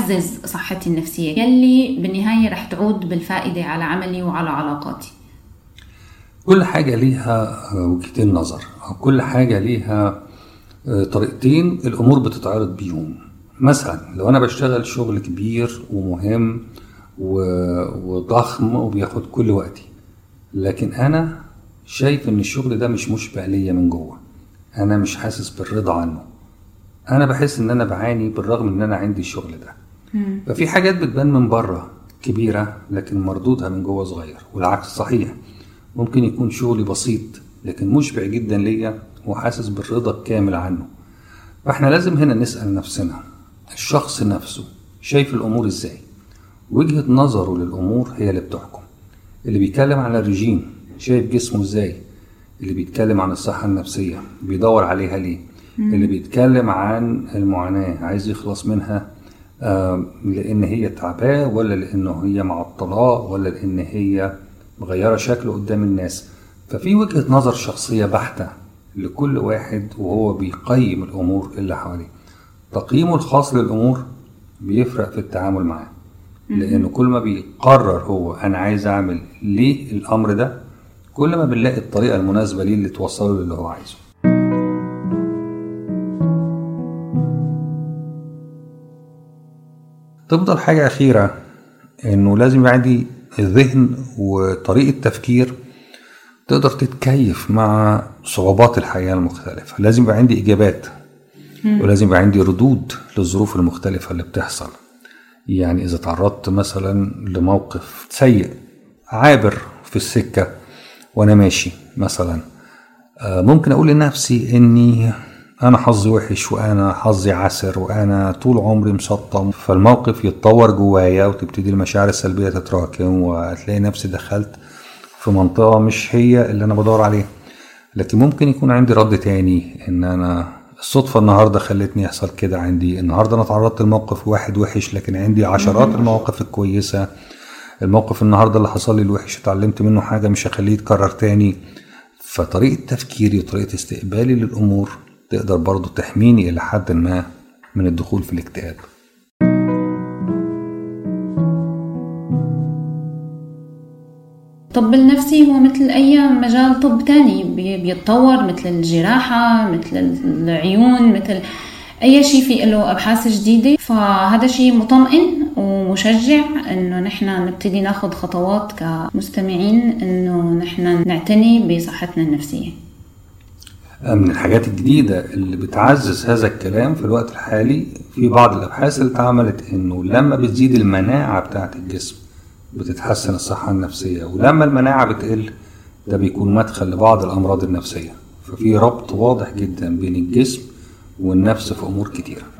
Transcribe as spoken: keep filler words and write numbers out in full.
تعزز صحتي النفسية يلي بالنهاية رح تعود بالفائدة على عملي وعلى علاقاتي؟ كل حاجة ليها وجهتين نظر، أو كل حاجة ليها طريقتين الأمور بتتعرض بيهم. مثلا لو أنا بشتغل شغل كبير ومهم وضخم وبياخد كل وقتي، لكن أنا شايف إن الشغل ده مش مشبع ليا من جوه، أنا مش حاسس بالرضا عنه، أنا بحس إن أنا بعاني بالرغم إن أنا عندي الشغل ده. مم. ففي حاجات بتبان من بره كبيرة لكن مردودها من جوه صغير، والعكس صحيح. ممكن يكون شغلي بسيط لكن مشبع جدا ليا وحاسس بالرضا الكامل عنه. فاحنا لازم هنا نسأل نفسنا، الشخص نفسه شايف الأمور إزاي؟ وجهة نظره للأمور هي اللي بتحكم. اللي بيتكلم عن الرجيم شايف جسمه إزاي؟ اللي بيتكلم عن الصحة النفسية بيدور عليها ليه؟ مم. اللي بيتكلم عن المعاناة عايز يخلص منها آه لأن هي تعباه، ولا لأنه هي معطلاه، ولا لأن هي مغيرة شكله قدام الناس. ففي وجهة نظر شخصية بحتة لكل واحد وهو بيقيم الأمور اللي حواليه. تقييمه الخاص للأمور بيفرق في التعامل معاه، لأنه كل ما بيقرر هو أنا عايز أعمل ليه الأمر ده، كل ما بنلاقي الطريقة المناسبة ليه اللي توصله للي هو عايزه. تفضل حاجة أخيرة، إنه لازم يبقى عندي الذهن وطريقة تفكير تقدر تتكيف مع صعوبات الحياة المختلفة. لازم يبقى عندي إجابات، ولازم يبقى عندي ردود للظروف المختلفة اللي بتحصل. يعني إذا تعرضت مثلا لموقف سيء عابر في السكة وأنا ماشي مثلا، ممكن أقول لنفسي إني أنا حظي وحش وأنا حظي عسر وأنا طول عمري مسطم، فالموقف يتطور جوايا وتبتدي المشاعر السلبية تتراكم وهتلاقي نفسي دخلت في منطقة مش هي اللي أنا بدور عليها. لكن ممكن يكون عندي رد تاني، إن أنا الصدفة النهاردة خلتني يحصل كده، عندي النهاردة أنا تعرضت لموقف واحد وحش لكن عندي عشرات المواقف الكويسة. الموقف النهاردة اللي حصل لي الوحش اتعلمت منه حاجة مش هخليه يتكرر تاني. فطريقة تفكيري وطريقة استقبالي للأمور تقدر برضو تحميني إلى حد ما من الدخول في الاكتئاب. الطب النفسي هو مثل أي مجال طب تاني بيتطور، مثل الجراحة، مثل العيون، مثل أي شيء في له أبحاث جديدة. فهذا شيء مطمئن ومشجع إنه نحن نبتدي ناخد خطوات كمستمعين إنه نحن نعتني بصحتنا النفسية. من الحاجات الجديدة اللي بتعزز هذا الكلام في الوقت الحالي في بعض الأبحاث اللي اتعملت إنه لما بتزيد المناعة بتاعة الجسم بتتحسن الصحة النفسية، ولما المناعة بتقل ده بيكون مدخل لبعض الأمراض النفسية. ففي ربط واضح جدا بين الجسم والنفس في أمور كتيرة.